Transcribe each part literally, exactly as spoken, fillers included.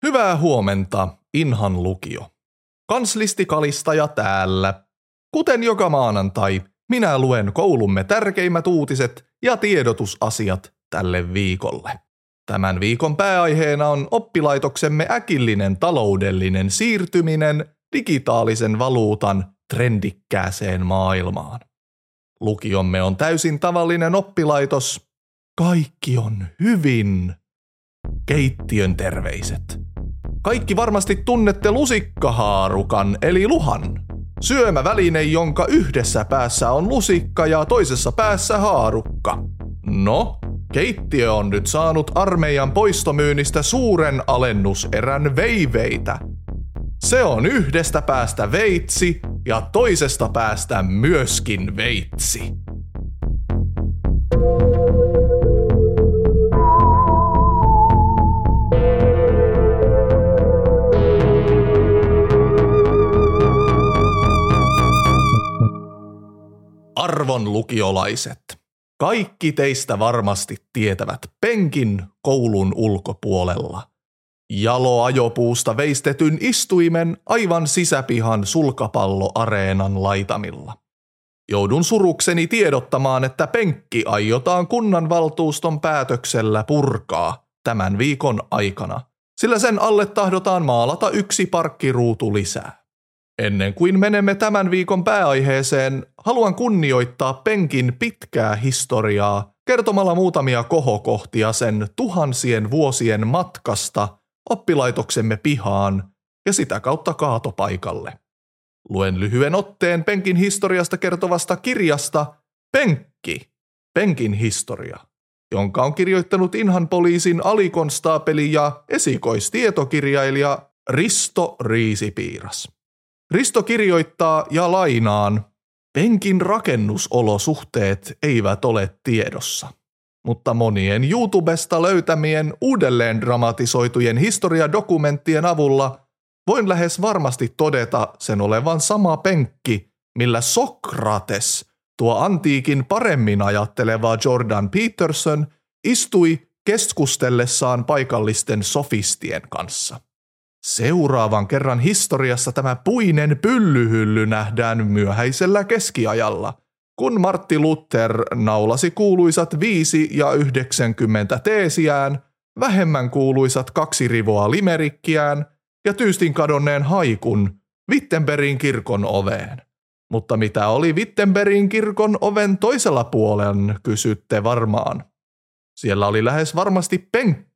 Hyvää huomenta, Inhan lukio. Kanslistikalistaja täällä. Kuten joka maanantai, minä luen koulumme tärkeimmät uutiset ja tiedotusasiat tälle viikolle. Tämän viikon pääaiheena on oppilaitoksemme äkillinen taloudellinen siirtyminen digitaalisen valuutan trendikkääseen maailmaan. Lukiomme on täysin tavallinen oppilaitos. Kaikki on hyvin. Keittiön terveiset. Kaikki varmasti tunnette lusikkahaarukan eli luhan. Syömäväline, jonka yhdessä päässä on lusikka ja toisessa päässä haarukka. No, keittiö on nyt saanut armeijan poistomyynnistä suuren alennuserän veiveitä. Se on yhdestä päästä veitsi ja toisesta päästä myöskin veitsi. Arvon lukiolaiset, kaikki teistä varmasti tietävät penkin koulun ulkopuolella. Jaloajopuusta veistetyn istuimen aivan sisäpihan sulkapalloareenan laitamilla. Joudun surukseni tiedottamaan, että penkki aiotaan kunnanvaltuuston päätöksellä purkaa tämän viikon aikana, sillä sen alle tahdotaan maalata yksi parkkiruutu lisää. Ennen kuin menemme tämän viikon pääaiheeseen, haluan kunnioittaa penkin pitkää historiaa kertomalla muutamia kohokohtia sen tuhansien vuosien matkasta oppilaitoksemme pihaan ja sitä kautta kaatopaikalle. Luen lyhyen otteen penkin historiasta kertovasta kirjasta Penkki, penkin historia, jonka on kirjoittanut Inhan poliisin alikonstaapeli ja esikoistietokirjailija Risto Riisipiiras. Risto kirjoittaa ja lainaan, penkin rakennusolosuhteet eivät ole tiedossa, mutta monien YouTubesta löytämien uudelleen dramatisoitujen historiadokumenttien avulla voin lähes varmasti todeta sen olevan sama penkki, millä Sokrates, tuo antiikin paremmin ajatteleva Jordan Peterson, istui keskustellessaan paikallisten sofistien kanssa. Seuraavan kerran historiassa tämä puinen pyllyhylly nähdään myöhäisellä keskiajalla, kun Martti Luther naulasi kuuluisat viisi ja yhdeksänkymmentä teesiään, vähemmän kuuluisat kaksi rivoa limerikkiään ja tyystin kadonneen haikun Wittenbergin kirkon oveen. Mutta mitä oli Wittenbergin kirkon oven toisella puolen, kysytte varmaan. Siellä oli lähes varmasti penkki.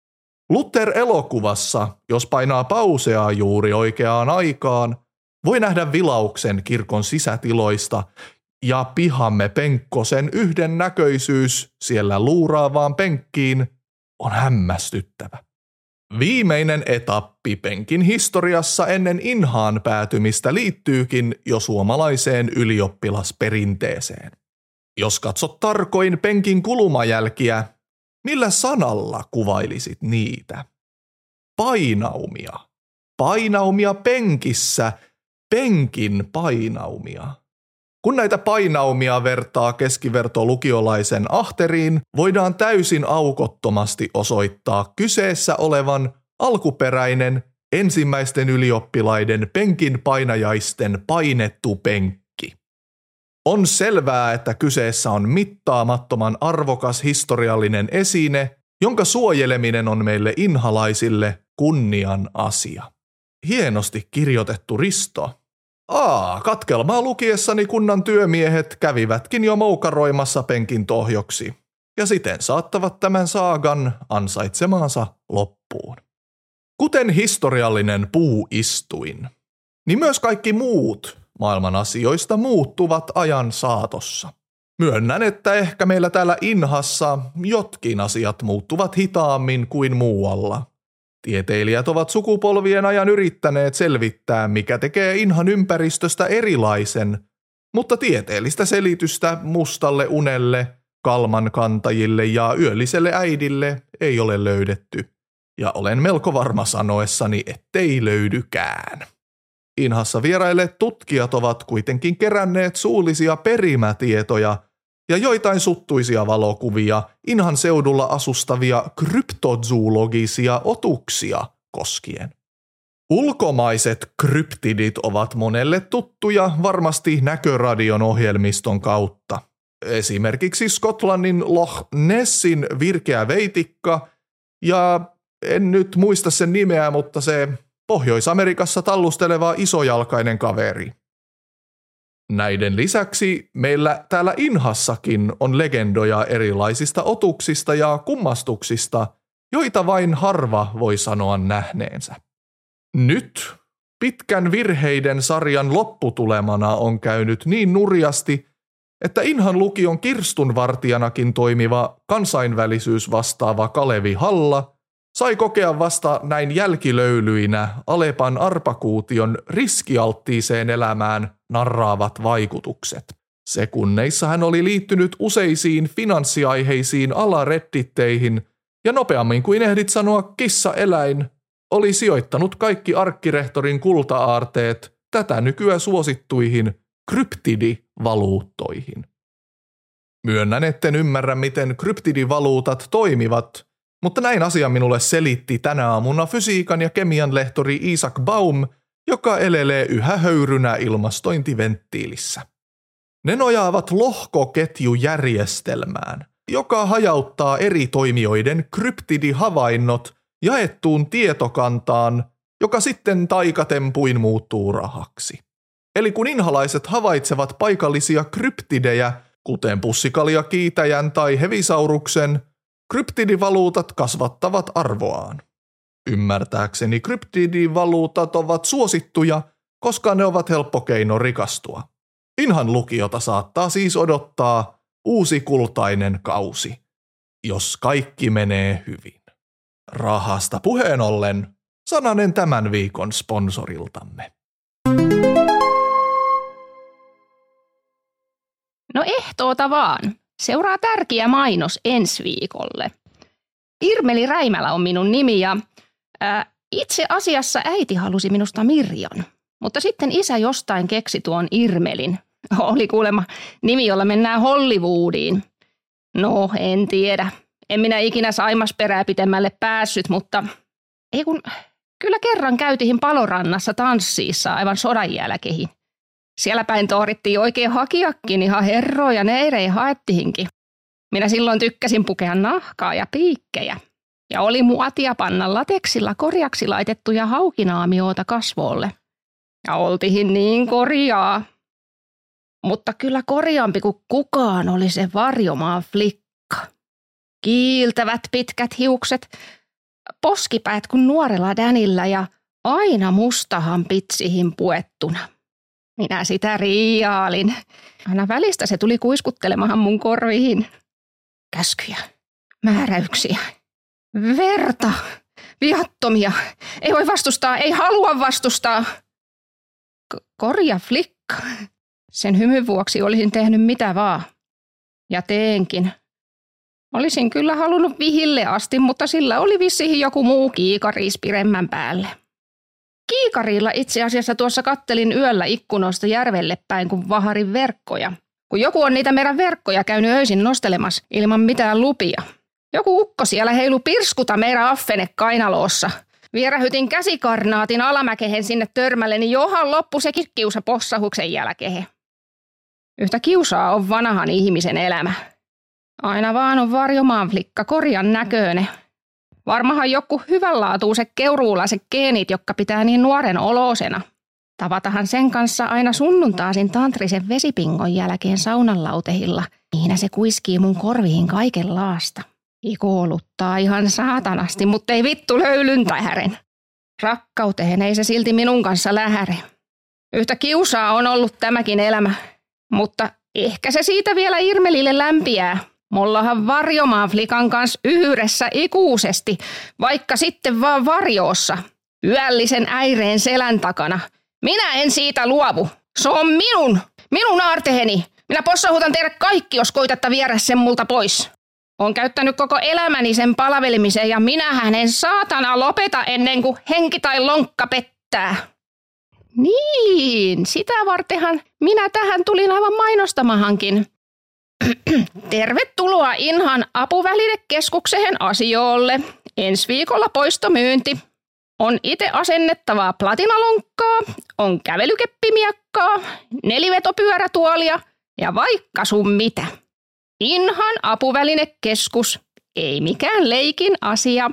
Luther-elokuvassa, jos painaa pausea juuri oikeaan aikaan, voi nähdä vilauksen kirkon sisätiloista ja pihamme penkkosen yhdennäköisyys siellä luuraavaan penkkiin on hämmästyttävä. Viimeinen etappi penkin historiassa ennen Inhaan päätymistä liittyykin jo suomalaiseen ylioppilasperinteeseen. Jos katsot tarkoin penkin kulumajälkiä, millä sanalla kuvailisit niitä? Painaumia. Painaumia penkissä. Penkin painaumia. Kun näitä painaumia vertaa keskivertolukiolaisen ahteriin, voidaan täysin aukottomasti osoittaa kyseessä olevan alkuperäinen ensimmäisten ylioppilaiden penkin painajaisten painettu penkki. On selvää, että kyseessä on mittaamattoman arvokas historiallinen esine, jonka suojeleminen on meille inhalaisille kunnian asia. Hienosti kirjoitettu, Risto. Aa, katkelmaa lukiessani kunnan työmiehet kävivätkin jo moukaroimassa penkin tohjoksi, ja siten saattavat tämän saagan ansaitsemaansa loppuun. Kuten historiallinen puuistuin, niin myös kaikki muut maailman asioista muuttuvat ajan saatossa. Myönnän, että ehkä meillä täällä Inhassa jotkin asiat muuttuvat hitaammin kuin muualla. Tieteilijät ovat sukupolvien ajan yrittäneet selvittää, mikä tekee Inhan ympäristöstä erilaisen, mutta tieteellistä selitystä mustalle unelle, kalmankantajille ja yölliselle äidille ei ole löydetty. Ja olen melko varma sanoessani, ettei löydykään. Inhassa vierailleet tutkijat ovat kuitenkin keränneet suullisia perimätietoja ja joitain suttuisia valokuvia Inhan seudulla asustavia kryptozoologisia otuksia koskien. Ulkomaiset kryptidit ovat monelle tuttuja varmasti Näköradion ohjelmiston kautta. Esimerkiksi Skotlannin Loch Nessin virkeä veitikka ja en nyt muista sen nimeä, mutta se Pohjois-Amerikassa tallusteleva isojalkainen kaveri. Näiden lisäksi meillä täällä Inhassakin on legendoja erilaisista otuksista ja kummastuksista, joita vain harva voi sanoa nähneensä. Nyt pitkän virheiden sarjan lopputulemana on käynyt niin nurjasti, että Inhan lukion kirstunvartijanakin toimiva kansainvälisyys vastaava Kalevi Halla sai kokea vasta näin jälkilöylyinä Alepan arpakuution riskialttiiseen elämään narraavat vaikutukset. Sekunneissa hän oli liittynyt useisiin finanssiaiheisiin alaredditteihin ja nopeammin kuin ehdit sanoa kissa-eläin, oli sijoittanut kaikki arkkirehtorin kulta-aarteet tätä nykyä suosittuihin kryptidivaluuttoihin. Myönnän, etten ymmärrä, miten kryptidivaluutat toimivat, mutta näin asia minulle selitti tänä aamuna fysiikan ja kemian lehtori Isaac Baum, joka elelee yhä höyrynä ilmastointiventtiilissä. Ne nojaavat lohkoketjujärjestelmään, joka hajauttaa eri toimijoiden kryptidihavainnot jaettuun tietokantaan, joka sitten taikatempuin muuttuu rahaksi. Eli kun inhalaiset havaitsevat paikallisia kryptidejä, kuten pussikaljakiitäjän tai hevisauruksen, kryptidivaluutat kasvattavat arvoaan. Ymmärtääkseni kryptidivaluutat ovat suosittuja, koska ne ovat helppo keino rikastua. Inhan lukiota saattaa siis odottaa uusi kultainen kausi, jos kaikki menee hyvin. Rahasta puheen ollen, sananen tämän viikon sponsoriltamme. No ehtoota vaan. Seuraa tärkeä mainos ensi viikolle. Irmeli Räimälä on minun nimi ja ää, itse asiassa äiti halusi minusta Mirjan. Mutta sitten isä jostain keksi tuon Irmelin. Oli kuulemma nimi, jolla mennään Hollywoodiin. No, en tiedä. En minä ikinä Saimasperää pitemmälle päässyt, mutta ei kun kyllä kerran käytiin Palorannassa tanssiissa aivan sodan jälkeen. Siellä päin tohrittiin oikein hakiakin ihan herroja, neirejä haettiinkin. Minä silloin tykkäsin pukea nahkaa ja piikkejä. Ja oli muotia panna lateksilla korjaksi laitettuja haukinaamioita kasvoille. Ja oltihin niin korjaa. Mutta kyllä korjaampi kuin kukaan oli se Varjomaan flikka. Kiiltävät pitkät hiukset, poskipäät kuin nuorella Dänillä ja aina mustahan pitsihin puettuna. Minä sitä riiaalin. Aina välistä se tuli kuiskuttelemaan mun korviin. Käskyjä, määräyksiä, verta, viattomia. Ei voi vastustaa, ei halua vastustaa. K- korja flikka. Sen hymyn vuoksi olisin tehnyt mitä vaan. Ja teenkin. Olisin kyllä halunnut vihille asti, mutta sillä oli vissiin joku muu kiikariis piremmän päälle. Kiikarilla itse asiassa tuossa kattelin yöllä ikkunoista järvelle päin, kun vaharin verkkoja. Kun joku on niitä meidän verkkoja käynyt öisin nostelemassa ilman mitään lupia. Joku ukko siellä heilu pirskuta meidän affene kainaloossa. Vierähytin käsikarnaatin alamäkehen sinne törmälle, niin johan loppu sekin kiusa possahuksen jälkeen. Yhtä kiusaa on vanhan ihmisen elämä. Aina vaan on Varjomaan flikka korjan näköinen. Varmahan joku hyvänlaatuiset keuruulaiset geenit, jotka pitää niin nuoren olosena. Tavatahan sen kanssa aina sunnuntaisin tantrisen vesipingon jälkeen saunanlautehilla. Niinä se kuiskii mun korviin kaikenlaasta. Ikooluttaa ihan saatanasti, mutta ei vittu löylyn tähären. Rakkauteen ei se silti minun kanssa lähäre. Yhtä kiusaa on ollut tämäkin elämä, mutta ehkä se siitä vielä Irmelille lämpiää. Mollahan Varjomaan flikan kanssa yhdessä ikuisesti, vaikka sitten vaan varjoossa. Yöllisen äireen selän takana. Minä en siitä luovu. Se on minun, minun aarteheni. Minä possahutan teidät kaikki, jos koitatte viedä sen multa pois. Olen käyttänyt koko elämäni sen palvelemiseen ja minähän en saatana lopeta ennen kuin henki tai lonkka pettää. Niin, sitä vartenhan minä tähän tulin aivan mainostamahankin. Tervetuloa Inhan apuvälinekeskukseen asioille. Ensi viikolla poistomyynti. On itse asennettavaa platinalonkkaa, on kävelykeppimiakkaa, nelivetopyörätuolia ja vaikka sun mitä. Inhan apuvälinekeskus, ei mikään leikin asia.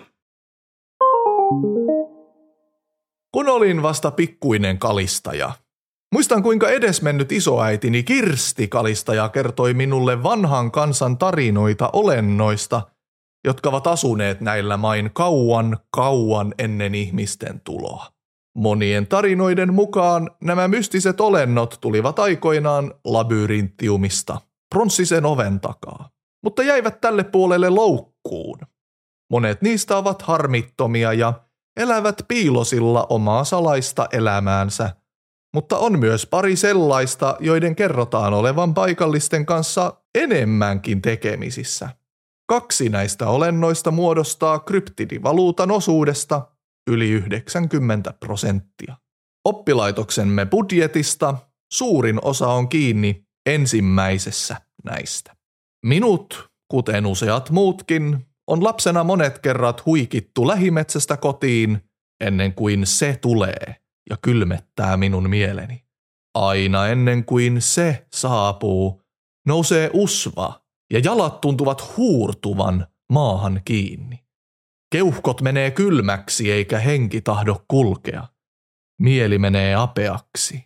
Kun olin vasta pikkuinen kalistaja, muistan kuinka edesmennyt isoäitini Kirsti Kalistaja kertoi minulle vanhan kansan tarinoita olennoista, jotka ovat asuneet näillä main kauan, kauan ennen ihmisten tuloa. Monien tarinoiden mukaan nämä mystiset olennot tulivat aikoinaan labyrinttiumista, pronssisen oven takaa, mutta jäivät tälle puolelle loukkuun. Monet niistä ovat harmittomia ja elävät piilosilla omaa salaista elämäänsä, mutta on myös pari sellaista, joiden kerrotaan olevan paikallisten kanssa enemmänkin tekemisissä. Kaksi näistä olennoista muodostaa kryptidivaluutan osuudesta yli yhdeksänkymmentä prosenttia. Oppilaitoksemme budjetista suurin osa on kiinni ensimmäisessä näistä. Minut, kuten useat muutkin, on lapsena monet kerrat huikittu lähimetsästä kotiin ennen kuin se tulee ja kylmettää minun mieleni. Aina ennen kuin se saapuu, nousee usva ja jalat tuntuvat huurtuvan maahan kiinni. Keuhkot menee kylmäksi eikä henki tahdo kulkea. Mieli menee apeaksi.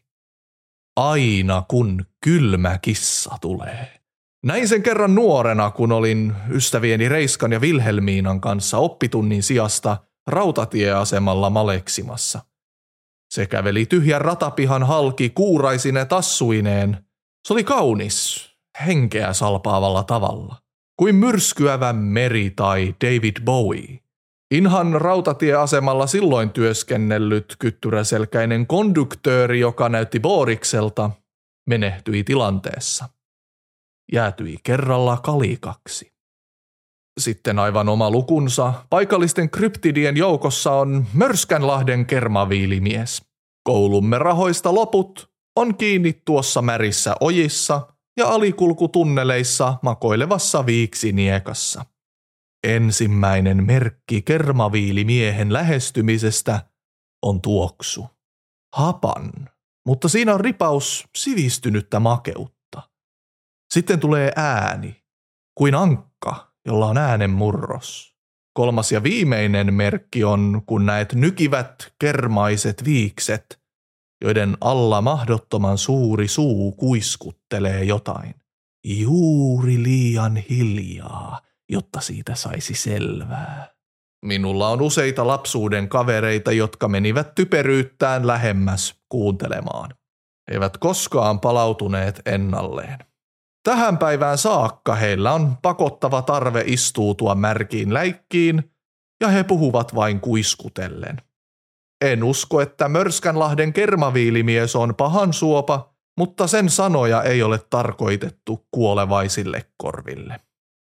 Aina kun kylmä kissa tulee. Näin sen kerran nuorena, kun olin ystävieni Reiskan ja Vilhelmiinan kanssa oppitunnin sijasta rautatieasemalla maleksimassa. Se käveli tyhjän ratapihan halki kuuraisine tassuineen. Se oli kaunis, henkeä salpaavalla tavalla, kuin myrskyävä meri tai David Bowie. Inhan rautatieasemalla silloin työskennellyt kyttyräselkäinen konduktööri, joka näytti Boorikselta, menehtyi tilanteessa. Jäätyi kerralla kalikaksi. Sitten aivan oma lukunsa, paikallisten kryptidien joukossa on Mörskänlahden kermaviilimies. Koulumme rahoista loput on kiinni tuossa märissä ojissa ja alikulkutunneleissa makoilevassa viiksiniekassa. Ensimmäinen merkki kermaviilimiehen lähestymisestä on tuoksu. Hapan, mutta siinä on ripaus sivistynyttä makeutta. Sitten tulee ääni, kuin ankka, jolla on äänen murros. Kolmas ja viimeinen merkki on, kun näet nykivät kermaiset viikset, joiden alla mahdottoman suuri suu kuiskuttelee jotain. Juuri liian hiljaa, jotta siitä saisi selvää. Minulla on useita lapsuuden kavereita, jotka menivät typeryyttään lähemmäs kuuntelemaan. He eivät koskaan palautuneet ennalleen. Tähän päivään saakka heillä on pakottava tarve istuutua märkiin läikkiin, ja he puhuvat vain kuiskutellen. En usko, että Mörskänlahden kermaviilimies on pahan suopa, mutta sen sanoja ei ole tarkoitettu kuolevaisille korville.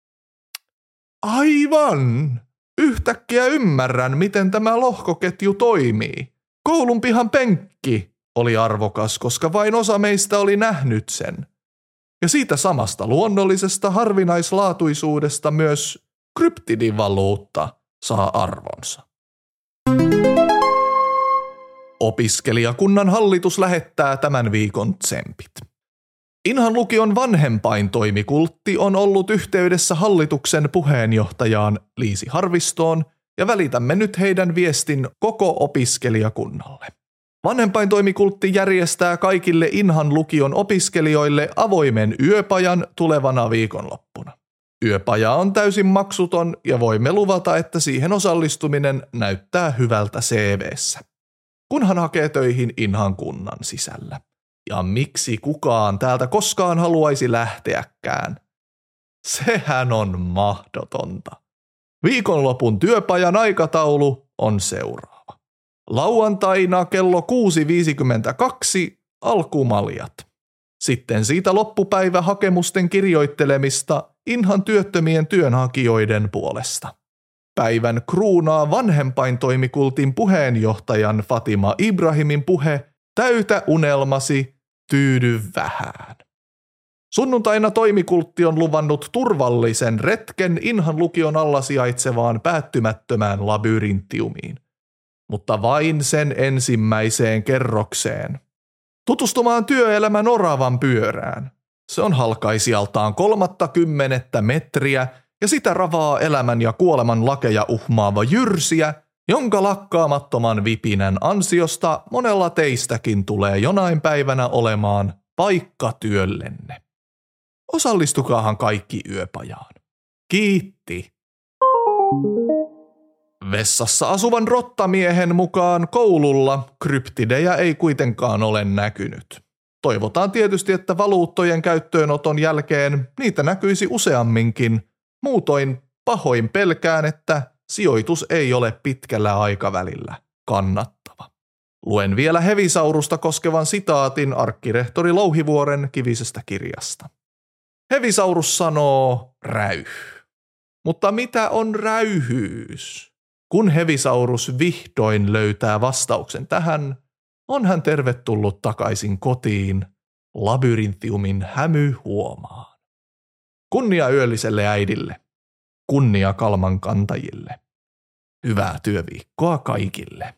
Aivan! Yhtäkkiä ymmärrän, miten tämä lohkoketju toimii. Koulun pihan penkki oli arvokas, koska vain osa meistä oli nähnyt sen. Ja siitä samasta luonnollisesta harvinaislaatuisuudesta myös kryptidivaluutta saa arvonsa. Opiskelijakunnan hallitus lähettää tämän viikon tsempit. Inhan lukion vanhempaintoimikultti on ollut yhteydessä hallituksen puheenjohtajaan Liisi Harvistoon ja välitämme nyt heidän viestin koko opiskelijakunnalle. Vanhempaintoimikultti järjestää kaikille Inhan lukion opiskelijoille avoimen yöpajan tulevana viikonloppuna. Yöpaja on täysin maksuton ja voimme luvata, että siihen osallistuminen näyttää hyvältä C V:ssä, kunhan hakee töihin Inhan kunnan sisällä. Ja miksi kukaan täältä koskaan haluaisi lähteäkään? Sehän on mahdotonta. Viikonlopun työpajan aikataulu on seuraava. Lauantaina kello kuusi viisikymmentäkaksi alkumaljat. Sitten siitä loppupäivä hakemusten kirjoittelemista Inhan työttömien työnhakijoiden puolesta. Päivän kruunaa vanhempaintoimikultin puheenjohtajan Fatima Ibrahimin puhe Täytä unelmasi, tyydy vähään. Sunnuntaina toimikultti on luvannut turvallisen retken Inhan lukion alla sijaitsevaan päättymättömään labyrinttiumiin. mutta vain sen ensimmäiseen kerrokseen. Tutustumaan työelämän oravan pyörään. Se on halkaisijaltaan kolmattakymmenettä metriä ja sitä ravaa elämän ja kuoleman lakeja uhmaava jyrsiä, jonka lakkaamattoman vipinän ansiosta monella teistäkin tulee jonain päivänä olemaan paikka työllenne. Osallistukaahan kaikki yöpajaan. Kiitti. Vessassa asuvan rottamiehen mukaan koululla kryptidejä ei kuitenkaan ole näkynyt. Toivotaan tietysti, että valuuttojen käyttöönoton jälkeen niitä näkyisi useamminkin. Muutoin pahoin pelkään, että sijoitus ei ole pitkällä aikavälillä kannattava. Luen vielä Hevisaurusta koskevan sitaatin arkkirehtori Louhivuoren kivisestä kirjasta. Hevisaurus sanoo räyh. Mutta mitä on räyhyys? Kun Hevisaurus vihdoin löytää vastauksen tähän, on hän tervetullut takaisin kotiin labyrintiumin hämyhuomaan. Kunnia yölliselle äidille. Kunnia kalman kantajille. Hyvää työviikkoa kaikille.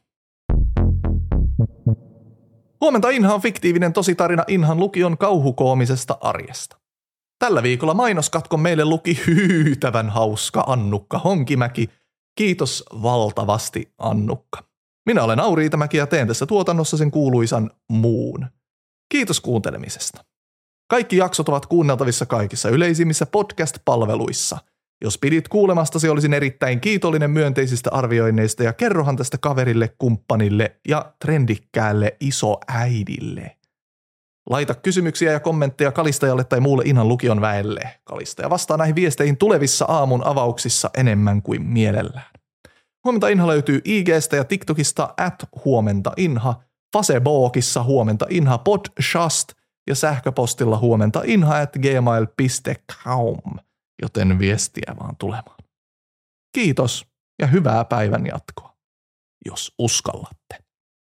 Huomenta Inha on fiktiivinen tositarina Inhan lukion kauhukoomisesta arjesta. Tällä viikolla mainoskatkon meille luki hyytävän hauska Annukka Honkimäki. Kiitos valtavasti Annukka. Minä olen Auri Itämäki ja teen tässä tuotannossa sen kuuluisan muun. Kiitos kuuntelemisesta. Kaikki jaksot ovat kuunneltavissa kaikissa yleisimmissä podcast-palveluissa. Jos pidit kuulemastasi, olisin erittäin kiitollinen myönteisistä arvioinneista ja kerrohan tästä kaverille, kumppanille ja trendikkäälle isoäidille. Laita kysymyksiä ja kommentteja Kalistajalle tai muulle Inhan lukion väelle. Kalistaja vastaa näihin viesteihin tulevissa aamun avauksissa enemmän kuin mielellään. Huomenta Inha löytyy I G:stä ja TikTokista at huomenta Inha, Facebookissa huomenta Inha podcast ja sähköpostilla huomenta inha at gmail piste com, joten viestiä vaan tulemaan. Kiitos ja hyvää päivän jatkoa, jos uskallatte.